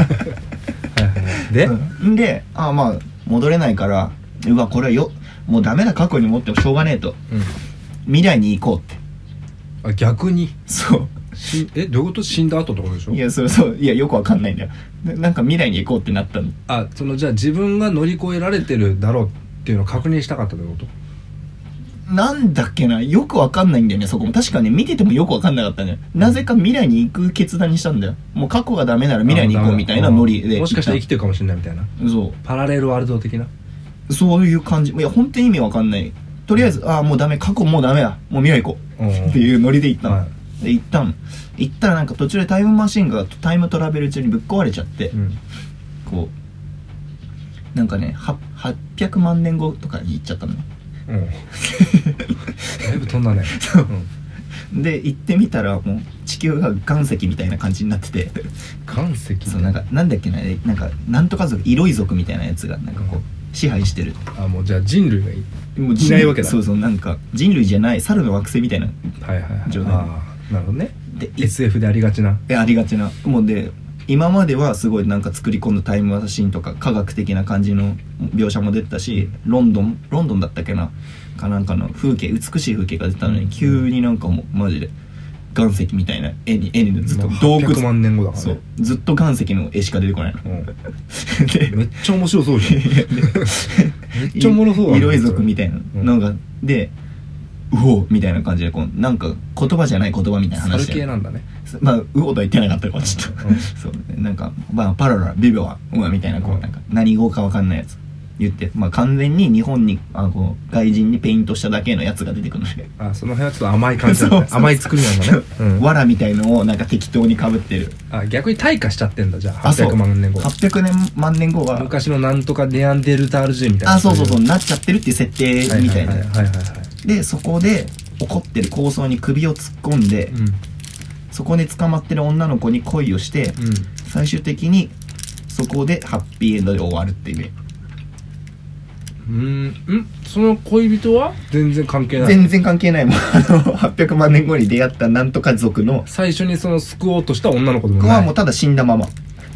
S2: で、
S1: うん、であまあ戻れないからうわこれはよもうダメだ過去に持ってもしょうがねえと、うん、未来に行こうって。
S2: あ逆に
S1: そう
S2: えどういうこと？死んだ後ってことでしょ？
S1: いやそうそういやよくわかんないんだよ。なんか未来に行こうってなったの。
S2: あそのじゃあ自分が乗り越えられてるだろうっていうのを確認したかったってこと？
S1: なんだっけなよくわかんないんだよねそこも。確かね見ててもよくわかんなかったね。なぜか未来に行く決断にしたんだよ。もう過去がダメなら未来に行こうみたいなノリで。
S2: もしかしたら生きてるかもしれないみたいな。
S1: そう
S2: パラレルワールド的な
S1: そういう感じ。いや本当に意味わかんない。とりあえずああもうダメ過去もうダメだもう未来行こうっていうノリで行ったの、はい、で行ったの行ったらなんか途中でタイムマシンがタイムトラベル中にぶっ壊れちゃって、うん、こうなんかねはっぴゃくまんねんごとかに行っちゃったのね、うん、
S2: だいぶ飛んだね
S1: そう、うん、で行ってみたらもう地球が岩石みたいな感じになってて
S2: 岩石
S1: そうなんかなんだっけななんかなんとか族イロイ族みたいなやつがなんかこう、うん支配してる。
S2: あもうじゃあ人類が い,
S1: もう
S2: いないわけだ。
S1: そうそうなんか人類じゃない猿の惑星みたいな状態。
S2: はいはいはい、あなるほどね。で エスエフ でありがちな
S1: えありがちなもうで今まではすごいなんか作り込んだタイムマシンとか科学的な感じの描写も出てたし、ロンドンロンドンだったっけなかなんかの風景美しい風景が出てたのに、うん、急になんかもうマジで岩石みたいな絵に絵にずっと洞窟はっぴゃくまんねんごだからね。そうずっと岩石の絵しか出てこないの、うん、
S2: でめっちゃ面白そうじゃんめっちゃおもろそうだね。
S1: 色族みたいなのが、うん、でうおみたいな感じでこうなんか言葉じゃない言葉みたいな話で
S2: 猿系なんだね。
S1: まあうおとは言ってなかったからちょっと、うん、そうなんか、まあ、パララビビはうわみたいなこうなんか何語かわかんないやつ言って、まあ、完全に日本にあのこう外人にペイントしただけのやつが出てくるので、
S2: あその辺はちょっと甘い感じだね。甘い作りなんだね、
S1: うん、わらみたいのをなんか適当に被ってる。
S2: あ逆に退化しちゃってんだ。じゃあはっぴゃくまんねんご
S1: はっぴゃくまんねんごは
S2: 昔のなんとかネアンデルタール人みたいな。
S1: あそうそうそうなっちゃってるっていう設定みたいな。でそこで起こってる構想に首を突っ込んで、うん、そこで捕まってる女の子に恋をして、うん、最終的にそこでハッピーエンドで終わるっていう。
S2: うーんんその恋人は全然関係ない。
S1: 全然関係ないもん。あのはっぴゃくまんねんごに出会ったなんとか族の
S2: 最初にその救おうとした女の子でもない。
S1: はもうただ死んだまま。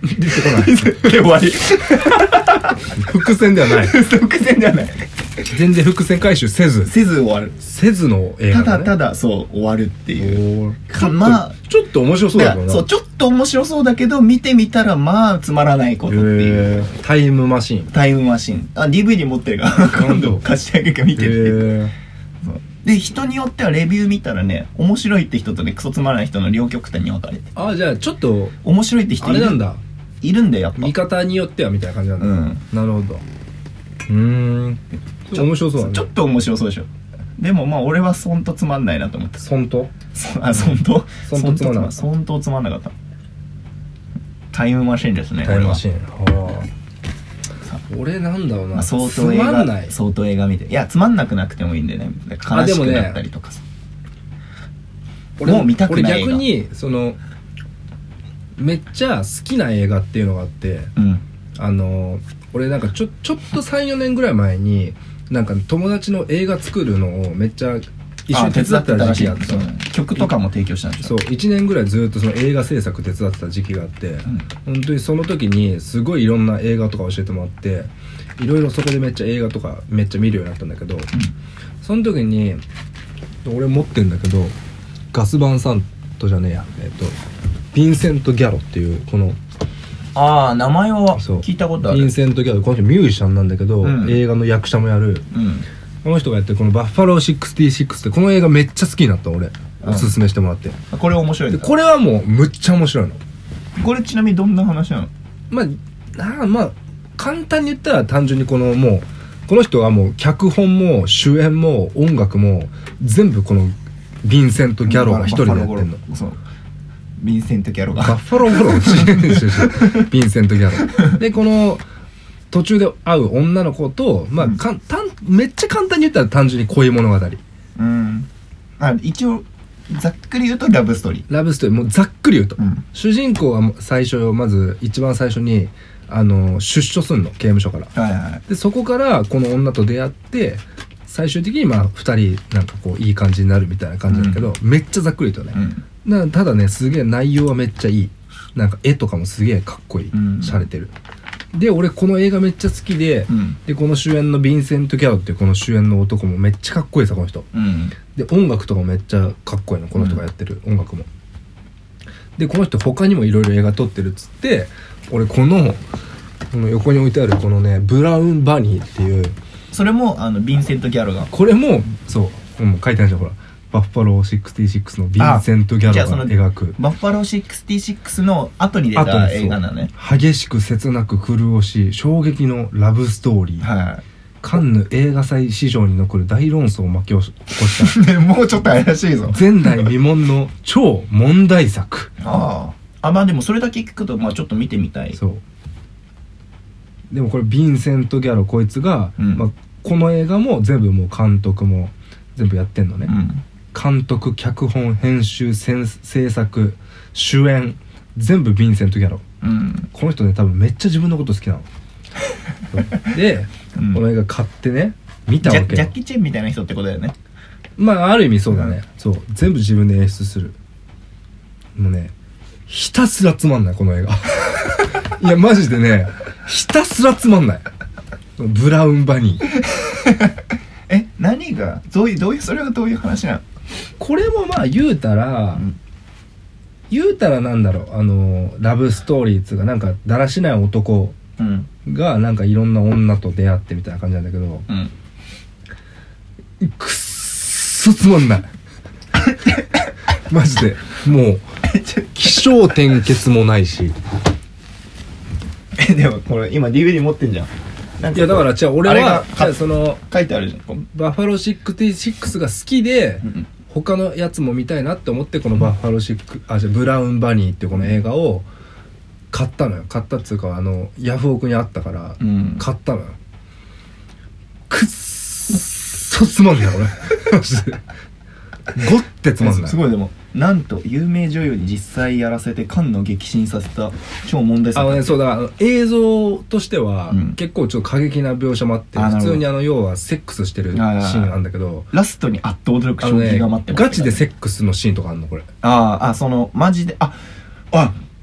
S2: 出てこない
S1: で終わり
S2: 伏線ではない
S1: 伏線ではない
S2: 全然伏線回収せず
S1: せず終わる
S2: せずの映画だ、ね、
S1: ただただそう終わるっていう
S2: か
S1: まあ
S2: ちょっと面白そうだけどな
S1: そうちょっと面白そうだけど見てみたらまあつまらないことっていう
S2: タイムマシン
S1: タイムマシンあ ディーブイディー 持ってるから今度貸してあげるから見てるで人によってはレビュー見たらね面白いって人とねクソつまらない人の両極端に分かれて
S2: あじゃあちょっと
S1: 面白いって人いる
S2: あれなんだ
S1: いるんだよやっぱ
S2: 見方によってはみたいな感じなんだ、
S1: うん、
S2: なるほどうーん面白そうだね
S1: ちょっと面白そうでしょでもまあ俺はそんとつまんないなと思って
S2: そんと
S1: あそんと
S2: そんとつまんなかった
S1: そんとつまんなかったタイムマシンですね
S2: タイムマシンはあ俺なんだろうな、
S1: まあ、相当映
S2: つまんな
S1: 画
S2: い
S1: 相当映画見ていやつまんなくなくてもいいんでね悲しくなったりとかさ、
S2: 俺
S1: もう見たくない映画
S2: 俺逆にそのめっちゃ好きな映画っていうのがあって、
S1: うん、
S2: あの俺なんかちょちょっと さん,よ 年ぐらい前になんか友達の映画作るのをめっちゃ一緒に手伝ってた時期があってさ、
S1: 曲とかも提供したんでしょ、
S2: そういちねんぐらいずっとその映画制作手伝ってた時期があって、うん、本当にその時にすごいいろんな映画とか教えてもらっていろいろそこでめっちゃ映画とかめっちゃ見るようになったんだけど、うん、その時に俺持ってんだけどガス・バンサントじゃねえやえっとヴィンセント・ギャロっていうこの
S1: ああ名前は聞いたことある
S2: ヴィンセント・ギャロこの人ミュージシャンなんだけど、うん、映画の役者もやる、うん、この人がやってるこのバッファローろくじゅうろくってこの映画めっちゃ好きになった俺、うん、おすすめしてもらって
S1: これ面白いんだ
S2: これはもうむっちゃ面白いの
S1: これちなみにどんな話なの
S2: まああまあ簡単に言ったら単純にこのもうこの人はもう脚本も主演も音楽も全部このヴィンセント・ギャロが一人でやってんの
S1: そうヴィンセント・ギャロが
S2: バッファローゴロヴィンセント・ギャロでこの途中で会う女の子と、まあ、かんたんめっちゃ簡単に言ったら単純に恋物語
S1: うんあ一応ざっくり言うとラブストーリー
S2: ラブストーリーもうざっくり言うと、うん、主人公は最初まず一番最初にあの出所すんの刑務所から、
S1: はいはい、
S2: でそこからこの女と出会って最終的にまあふたりなんかこういい感じになるみたいな感じだけど、うん、めっちゃざっくり言うとね、うん、なただねすげえ内容はめっちゃいいなんか絵とかもすげえかっこいい、うん、洒落てるで俺この映画めっちゃ好きで、うん、でこの主演のヴィンセント・ギャロっていうこの主演の男もめっちゃかっこいいさこの人、うん、で音楽とかもめっちゃかっこいいのこの人がやってる音楽も、でこの人他にもいろいろ映画撮ってるっつって俺このこの横に置いてあるこのねブラウンバニーっていう
S1: それもあのヴィンセント・ギャロが
S2: これもそうもう書いてあるじゃんほらバッファローろくじゅうろくのヴィンセント・ギャロが描く
S1: バッファローろくじゅうろくの後に出た映画なのね
S2: 激しく切なく狂おし衝撃のラブストーリー、はい、カンヌ映画祭史上に残る大論争を巻き起こした
S1: もうちょっと怪しいぞ
S2: 前代未聞の超問題作
S1: ああまあでもそれだけ聞くとまあちょっと見てみたい
S2: そうでもこれヴィンセント・ギャロこいつが、うんまあ、この映画も全部もう監督も全部やってんのね、うん、監督脚本編集制作主演全部ヴィンセント・ギャロ、うん、この人ね多分めっちゃ自分のこと好きなので、うん、この映画買ってね見たわけよ
S1: ジャッキー・チェンみたいな人ってことだよね
S2: まあある意味そうだね、うん、そう全部自分で演出するもうねひたすらつまんないこの映画いやマジでねひたすらつまんないブラウンバニー
S1: え何がどういうどういうそれはどういう話なの
S2: これもまあ言うたら、うん、言うたらなんだろうあのラブストーリーっつうかなんかだらしない男がなんかいろんな女と出会ってみたいな感じなんだけど、うん、くっそつまんないマジでもう起承転結もないし
S1: えでもこれ今 ディーブイディー 持ってんじゃん
S2: いやだからじゃあ俺はじゃあその
S1: 書いてあるじゃん
S2: バッファローろくじゅうろくが好きで、うん、他のやつも見たいなって思ってこのバッファローろくじゅうろくあじゃあブラウンバニーっていうこの映画を買ったのよ買ったっつうかあのヤフオクにあったから、うん、買ったのよくっそつまんない俺マジでごってつまんない
S1: すごいでもなんと有名女優に実際やらせてカンヌを激震させた超問題作
S2: あの、ね、そうだから映像としては、うん、結構ちょっと過激な描写もあって普通にあの要はセックスしてるシーンなんだけど
S1: ラストにあっと驚く衝撃が待ってます、
S2: ね、ガチでセックスのシーンとかあんのこれ
S1: ああそのマジでああ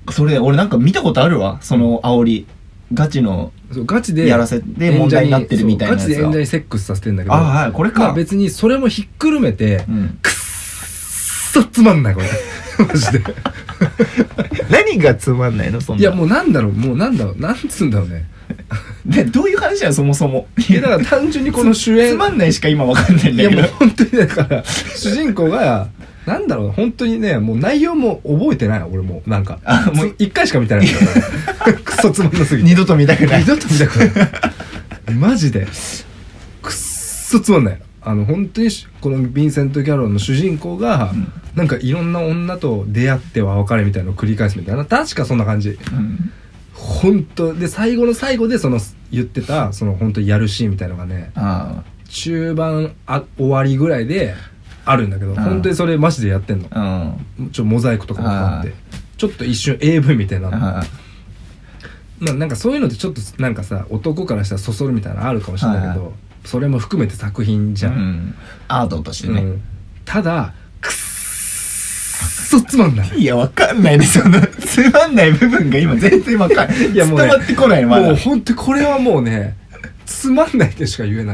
S1: それ俺なんか見たことあるわ、その煽りガチの
S2: そうガチで
S1: やらせで問題になってるみたいなやつ
S2: ガチで演者にセックスさせてんだけど、
S1: あはいこれか、
S2: まあ、別にそれもひっくるめて、うん、くっそつまんないこれマジで
S1: 何がつまんないのそんな。
S2: いやもうなんだろうもうなんだろうなんつうんだろうね
S1: でどういう話やそもそも。
S2: いやだから単純にこの主演
S1: つまんないしか今わかんないんだけど。
S2: いやもう本当にだから主人公がなんだろう本当にねもう内容も覚えてない俺もなんかあもう一回しか見てないからクソつまんなすぎて
S1: 二度と見たくない。
S2: 二度と見たくないマジでクソつまんない。あの本当にこのヴィンセント・ギャロの主人公が、うん、なんかいろんな女と出会っては別れみたいなのを繰り返すみたいな確かそんな感じ、うん、本当で最後の最後でその言ってたその本当にやるシーンみたいなのがねあ中盤あ終わりぐらいであるんだけど本当にそれマジでやってんのちょっとモザイクとかもあってちょっと一瞬 エーブイ みたいなのまあなんかそういうのってちょっとなんかさ男からしたらそそるみたいなのあるかもしれないけどそれも含めて作品じゃん、うん、
S1: アートとしてね、うん、
S2: ただくっそつまんない。
S1: いやわかんないねそのつまんない部分が今全然わかんないいやもう、ね、伝わってこないまだ
S2: もうほんとこれはもうねつまんないでしか言えない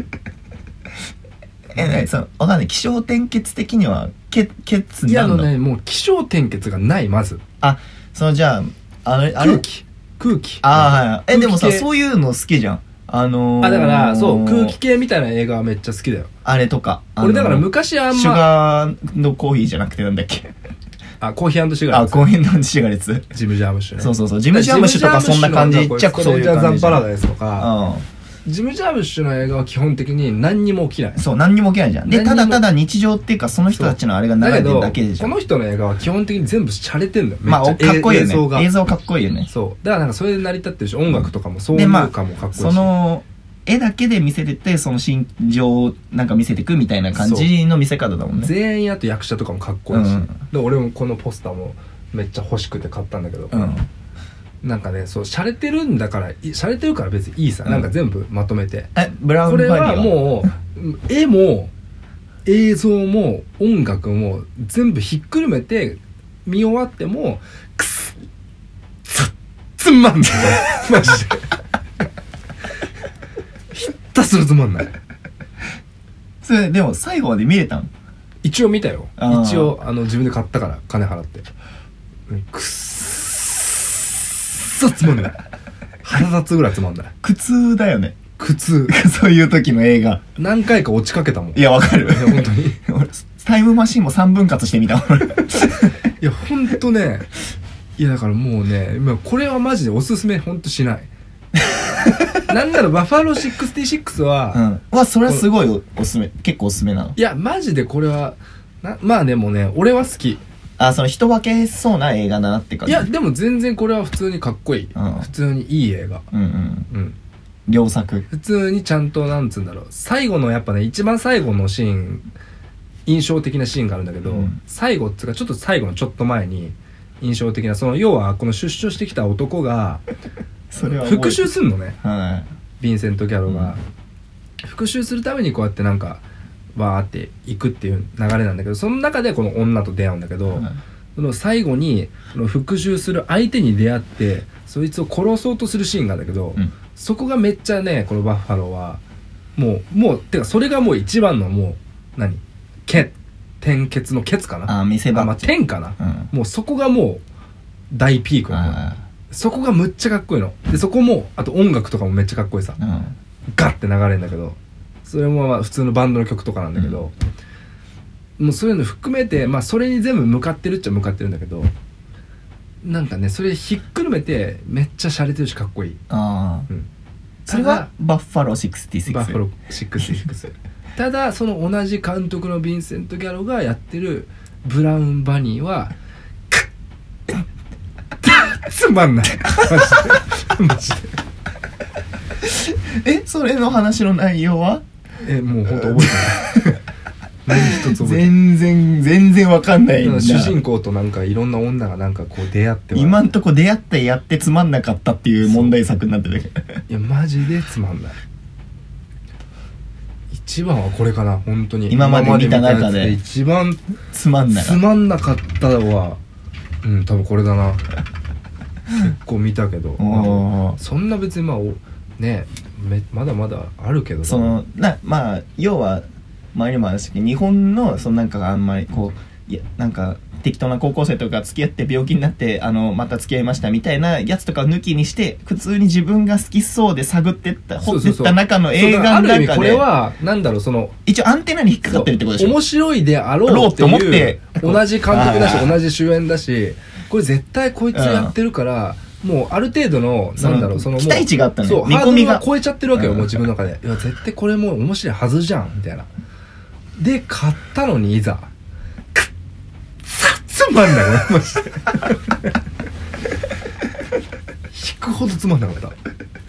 S1: えねそのわかんない起承転結的にはケケツ
S2: いやあのねもう起承転結がないまず
S1: あそのじゃああれあ
S2: れ空気空気
S1: ああはいえでもさそういうの好きじゃんあのー、
S2: あだからそう空気系みたいな映画はめっちゃ好きだよ
S1: あれとか
S2: 俺だから昔あんま
S1: シュガーのコーヒーじゃなくてなんだっけ
S2: あコーヒーシガレッツ
S1: あコーヒーシガレッツ
S2: ジムジャームッシュね
S1: そうそうそうジムジャームッシュとかそんな感じじゃ
S2: そういう感じザンパラダイスとか、うん、ジムジャームッシュの映画は基本的に何にも起きない
S1: そう何にも起きないじゃんでただただ日常っていうかその人たちのあれが流れてるだけでじゃん
S2: この人の映画は基本的に全部洒落てんだよ
S1: まあかっこいいよね
S2: 映像が
S1: 映像かっこいいよね
S2: そうだからなんかそれで成り立ってるし音楽とかもそういうかもかっこいいし、
S1: まあ、その絵だけで見せててその心情をなんか見せてくみたいな感じの見せ方だもんね
S2: 全員あと役者とかもかっこいいし、うん、で俺もこのポスターもめっちゃ欲しくて買ったんだけど、うん、なんかねそう洒落てるんだから洒落てるから別にいいさ、うん、なんか全部まとめて
S1: えブラウンバニーは
S2: これはもう絵も映像も音楽も全部ひっくるめて見終わってもくすつつまんないマジでひったすらつまんない
S1: それでも最後まで見れたん
S2: 一応見たよ一応あの自分で買ったから金払ってくっそつまんない腹立つぐらいつまんない
S1: 苦痛だよね
S2: 苦痛
S1: そういう時の映画
S2: 何回か落ちかけたもん
S1: いやわかる
S2: いや本当に
S1: タイムマシンもさんぶん割してみたもんい
S2: や本当ねいやだからもうねこれはマジでおすすめ本当しないなんならバッファローろくじゅうろくは、
S1: うん、わそれはすごい お, おすすめ結構おすすめなの
S2: いやマジでこれはなまあでもね俺は好き
S1: あその人分けそうな映画だなって感じ
S2: いやでも全然これは普通にかっこいい、うん、普通にいい映画
S1: うんうん、うん、良作
S2: 普通にちゃんとなんつうんだろう最後のやっぱね一番最後のシーン印象的なシーンがあるんだけど、うん、最後っつうかちょっと最後のちょっと前に印象的なその要はこの出所してきた男がそれは復讐すんのね、はい、ヴィンセント・ギャロが、うん、復讐するためにこうやってなんかわーって行くっていう流れなんだけどその中でこの女と出会うんだけど、はい、その最後にその復讐する相手に出会ってそいつを殺そうとするシーンがあるんだけど、うん、そこがめっちゃねこのバッファローはもうもうてかそれがもう一番のもう何け転結のケツかな
S1: あ見せ場
S2: あまあ天かな、うん、もうそこがもう大ピークなのそこがむっちゃかっこいいのでそこもあと音楽とかもめっちゃかっこいいさ、うん、ガッて流れるんだけどそれもまあ普通のバンドの曲とかなんだけど、うん、もうそういうの含めてまあそれに全部向かってるっちゃ向かってるんだけどなんかねそれひっくるめてめっちゃ洒落てるしかっこいいああ、うん、
S1: それはバッファローろくじゅうろく
S2: バッファローろくじゅうろくただその同じ監督のヴィンセント・ギャロがやってるブラウンバニーはつまんないマジでマジ
S1: でえそれの話の内容は
S2: えもうほんと覚えてない何一つ覚えてない
S1: 全然全然わかんないんだ
S2: 主人公となんかいろんな女がなんかこう出会って
S1: 今んとこ出会ってやってつまんなかったっていう問題作になってる
S2: いやマジでつまんない一番はこれかな本当に
S1: 今まで見た中で
S2: 一番
S1: つまんない
S2: つまんなかったのはうん多分これだな結構見たけどそんな別にまあねめまだまだあるけど
S1: そのなまあ要は前にも話したけど日本のそのなんかあんまりこういやなんか適当な高校生とか付き合って病気になってあのまた付き合いましたみたいなやつとかを抜きにして普通に自分が好きそうで探ってった掘ってった中の映画の中で
S2: これはなんだろうその
S1: 一応アンテナに引っかかってるってことでしょ。
S2: 面白いであろうっていう同じ監督だし同じ主演だしこれ絶対こいつやってるから、うん、もうある程度のなんだろうその
S1: 期待値があったの
S2: よ見込みが超えちゃってるわけよ、うん、もう自分の中でいや絶対これもう面白いはずじゃんみたいなで買ったのにいざつまんない俺マジで引くほどつまんなかった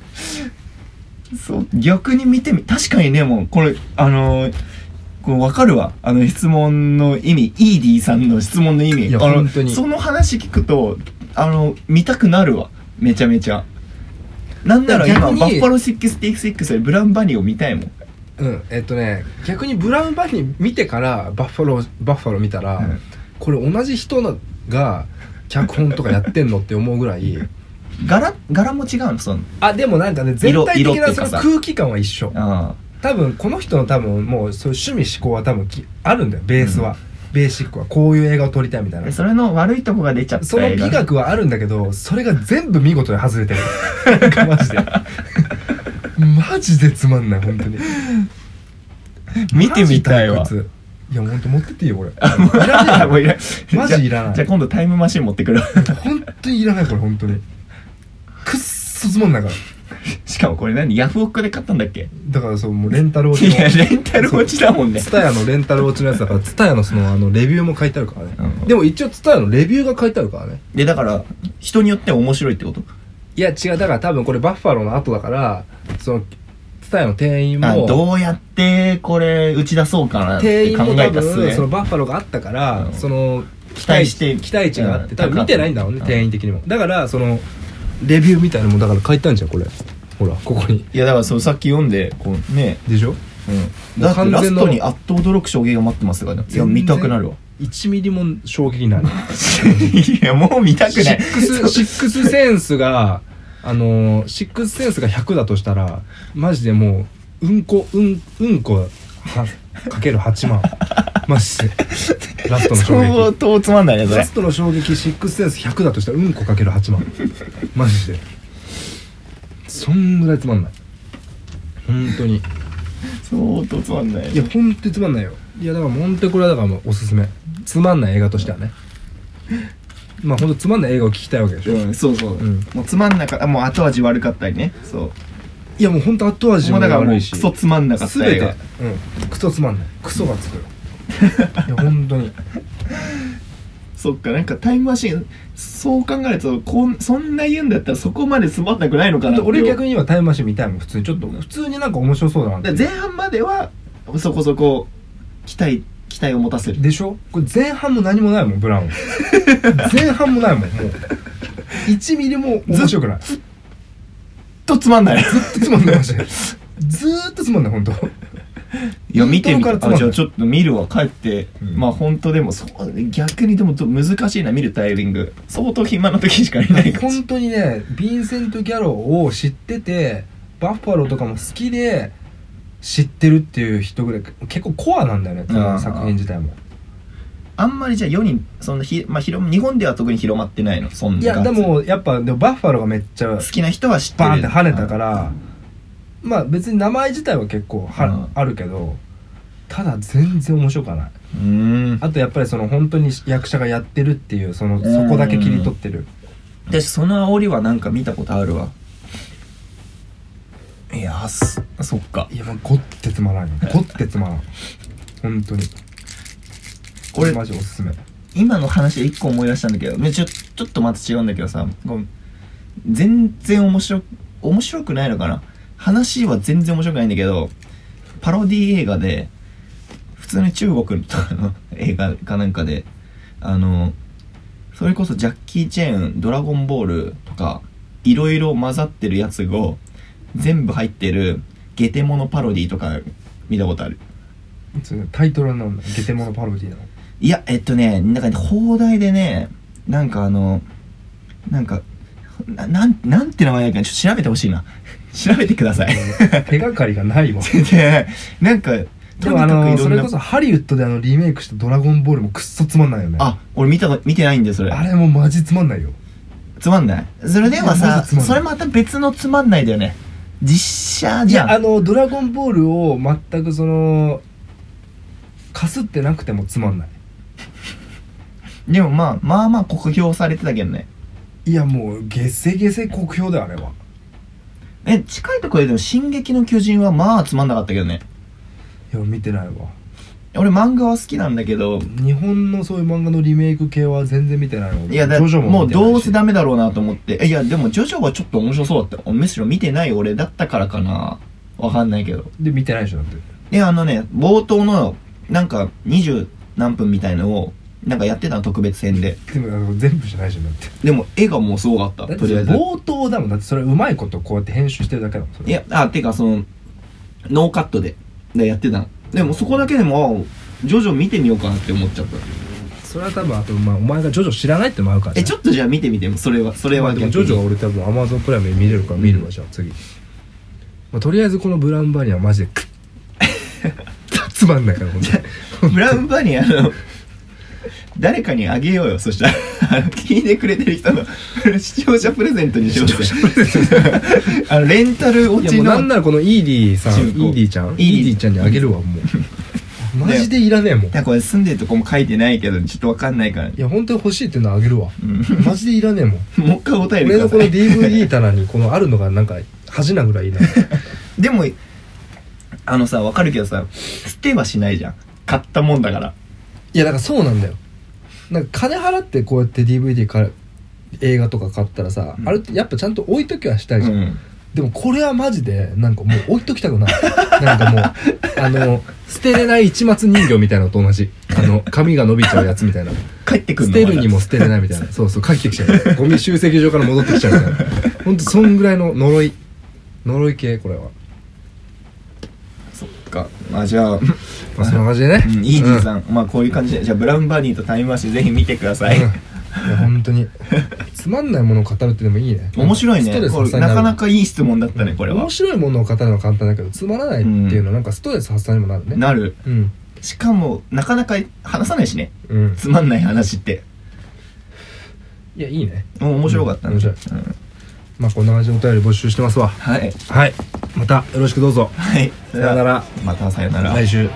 S1: そう逆に見てみ確かにねもうこれあのー、これ分かるわあの質問の意味イーディーさんの質問の意味
S2: いや
S1: あの
S2: 本当に
S1: その話聞くとあの見たくなるわめちゃめちゃなんなら今バッファローろくじゅうろくでブラウンバニーを見たいもん
S2: うんえっとね逆にブラウンバニー見てからバッファローバッファロー見たら、うんこれ同じ人が脚本とかやってんのって思うぐらい
S1: 柄柄も違うのその
S2: あでもなんかね全体的なその空気感は一緒
S1: あ
S2: 多分この人の多分もうそういう趣味思考は多分あるんだよベースは、うん、ベーシックはこういう映画を撮りたいみたいな
S1: それの悪いとこが出ちゃった
S2: その美学はあるんだけどそれが全部見事に外れてるなんかマジでマジでつまんない本当に
S1: 見てみたいわ
S2: いやほんと持ってっていいよこれい
S1: らないもういら
S2: マジいらない
S1: じゃあ今度タイムマシン持ってくる
S2: ほんとにいらないこれほんとにくっそつまんないから
S1: しかもこれ何ヤフオクで買ったんだっけ
S2: だからそうもうレンタル落ちの
S1: いやレンタル落ちだもんね
S2: ツタヤのレンタル落ちのやつだからツタヤのそのあのレビューも書いてあるからね、
S1: うん、
S2: でも一応ツタヤのレビューが書いてあるからね
S1: でだから人によっては面白いってこと
S2: いや違うだから多分これバッファローの後だからそのツタヤの店員も
S1: どうやってこれ打ち出そうかなって考えたっすね。店員も多分そ
S2: のバッファローがあったから、うん、その
S1: 期待して
S2: 期待値があって、うん、多分見てないんだろうね、うん、店員的にもだからそのレビューみたいなのもだから書いてあるんじゃんこれほらここに
S1: いやだからそのさっき読んでこうね
S2: でしょ、
S1: うん、だってラストにあっと驚く衝撃が待ってますからねいや見たくなるわ
S2: いちミリも衝撃ない
S1: いやもう見たくない
S2: シックス、シックスセンスがあのー、シックスセンスがひゃくだとしたらマジでもううんこうんうんこはかけるはちまんマジでラストの衝撃
S1: 相当つまんないねそれ
S2: ラストの衝撃シックスセンスひゃくだとしたらうんこかけるはちまんマジでそんぐらいつまんない本当に
S1: 相当つまんない、ね、
S2: いや本当につまんないよいやだから本当にこれはだからもうおすすめつまんない映画としてはねまあ本当つまんない映画を聞きたいわけでしょ、
S1: うん、そうそう、うん、もうつまんなかったもう後味悪かったりねそう
S2: いやもう本当後味も悪いし
S1: もうだからもうクソつまんなかった映画
S2: 全て、うん、クソつまんないクソがつくいや本当に
S1: そっかなんかタイムマシンそう考えるとこんそんな言うんだったらそこまでつまんなくないのかなって
S2: 俺逆に今タイムマシン見たいもん普通にちょっと普通になんか面白そうだなって
S1: 前半まではそこそこ期待期待を持たせる
S2: でしょこれ前半も何もないもんブラウン前半もないもんもういちミリも面白くない
S1: ずっとつまんない
S2: ずっとつまんないマジでずーっとつまんない本当
S1: いや見てみたあじゃあちょっと見るわ帰って、うん、まあ本当でもそう逆にでも難しいな見るタイミング相当暇な時しかいないから
S2: 本当にねヴィンセント・ギャローを知っててバッファローとかも好きで知ってるっていう人ぐらい結構コアなんだよねこの作品自体も
S1: あんまりじゃあ世にそんなひ、まあ、広日本では特に広まってないのそんない
S2: やでもやっぱでもバッファローがめっちゃ
S1: 好きな人は知ってる
S2: バーンって跳ねたからまあ別に名前自体は結構は、うん、あるけどただ全然面白くはない
S1: うん
S2: あとやっぱりその本当に役者がやってるっていうそのそこだけ切り取ってる
S1: 私その煽りはなんか見たことあるわいやそそっか
S2: いやもうごってつまらんよごってつまらん本当にこれマジおすすめ
S1: 今の話で一個思い出したんだけどちょ、ちょっとまた違うんだけどさ全然面白面白くないのかな話は全然面白くないんだけどパロディ映画で普通に中国とかの映画かなんかであのそれこそジャッキー・チェーンドラゴンボールとかいろいろ混ざってるやつを全部入ってるゲテモノパロディとか見たことある
S2: タイトルなんだゲテモノパロディなの
S1: いやえっとねなんかね放題でねなんかあのなんかななんなんて名前だっけ、ちょっと調べてほしいな調べてください
S2: 手がかりがないわ
S1: でなんか
S2: でもあのそれこそハリウッドであのリメイクしたドラゴンボールもくっそつまんないよね。
S1: あ、俺見た見てないんだよそれ。
S2: あれもマジつまんないよ。
S1: つまんない。それではさ、
S2: そ
S1: れまた別のつまんないだよね。実写じゃん。
S2: いやあのドラゴンボールを全くそのかすってなくてもつまんない。
S1: でもまあまあまあ酷評されてたけどね。
S2: いやもうゲセゲセ酷評だよあれは。
S1: え、近いところででも進撃の巨人はまあつまんなかったけどね。
S2: いや見てないわ。
S1: 俺漫画は好きなんだけど、
S2: 日本のそういう漫画のリメイク系は全然見てないの。
S1: いやだ
S2: ジョジョも
S1: もう
S2: 見てないし
S1: どうせダメだろうなと思って。いやでもジョジョはちょっと面白そうだった。むしろ見てない俺だったからかな、わかんないけど。
S2: で見てないでしょだって。
S1: いやあのね、冒頭のなんか二十何分みたいのをなんかやってたの、特別編で。
S2: でもあの全部じゃないじゃんだって。
S1: でも絵がもうすごかった。
S2: だって
S1: とりあえず
S2: 冒頭だもん。だってそれうまいことこうやって編集してるだけだもんそれ。
S1: いや、あ、てかそのノーカットででやってたの。でもそこだけでもジョジョ見てみようかなって思っちゃった。
S2: それは多分あと、まあ、お前がジョジョ知らないってのもあるからね。
S1: え、ちょっとじゃあ見てみても、それはそれは
S2: まあでもジョジョは俺多分アマゾンプライムで見れるから見るわ、じゃあ次、まあ、とりあえずこのブラウンバニーはマジでつまんないからほんと
S1: ブラウンバニーあの誰かにあげようよ。そしたら聞いてくれてる人の視聴者プレゼントにしようぜ。あのレンタル落ちの。
S2: いやもうなんならこのイーディさん、イーディちゃんイーディちゃんにあげるわもうマジでいらねえもん。い
S1: やこれ住んでるとこも書いてないけどちょっとわかんないから。い
S2: や本当に欲しいっていうのはあげるわ、
S1: うん、
S2: マジでいらねえもん。
S1: もう一回お便りください。
S2: 俺のこの ディーブイディー 棚にこのあるのがなんか恥なぐらいいいな
S1: でもあのさ、わかるけどさ、捨てはしないじゃん、買ったもんだから。
S2: いやだからそうなんだよ。なんか金払ってこうやって ディーブイディー か映画とか買ったらさ、うん、あれってやっぱちゃんと置いときはしたいじゃん、うん、でもこれはマジでなんかもう置いときたくないなんかもうあの捨てれない市松人形みたいなのと同じ、あの髪が伸びちゃうやつみたいな
S1: 帰ってくるの
S2: 捨てるにも捨てれないみたいなそうそう帰ってきちゃうゴミ集積場から戻ってきちゃうみたいなほんとそんぐらいの呪い呪い系これは。
S1: そっか、まあじゃあ
S2: まあそんな感じでね、
S1: うん、イーディさん、うん、まあこういう感じで、じゃあブラウンバニーとタイムマシンぜひ見てください、うん、い
S2: や本当につまんないものを語るってでもいいね。
S1: 面白いね。これなかなかいい質問だったね、これは。
S2: 面白いものを語るのは簡単だけどつまらないっていうのはなんかストレス発散にもなるね。
S1: なる、
S2: うん、
S1: しかもなかなか話さないしね、
S2: うん、
S1: つまんない話って。
S2: いやいいね、
S1: もう面白かったね、
S2: うん、面白い、うん、まあこんな感じでお便り募集してますわ。
S1: はい
S2: はい、またよろしくどうぞ。
S1: はい、
S2: さよなら。
S1: またさよなら。
S2: 来週。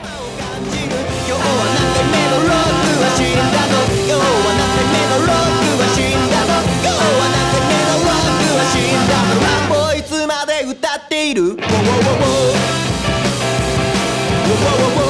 S2: いつまで歌っている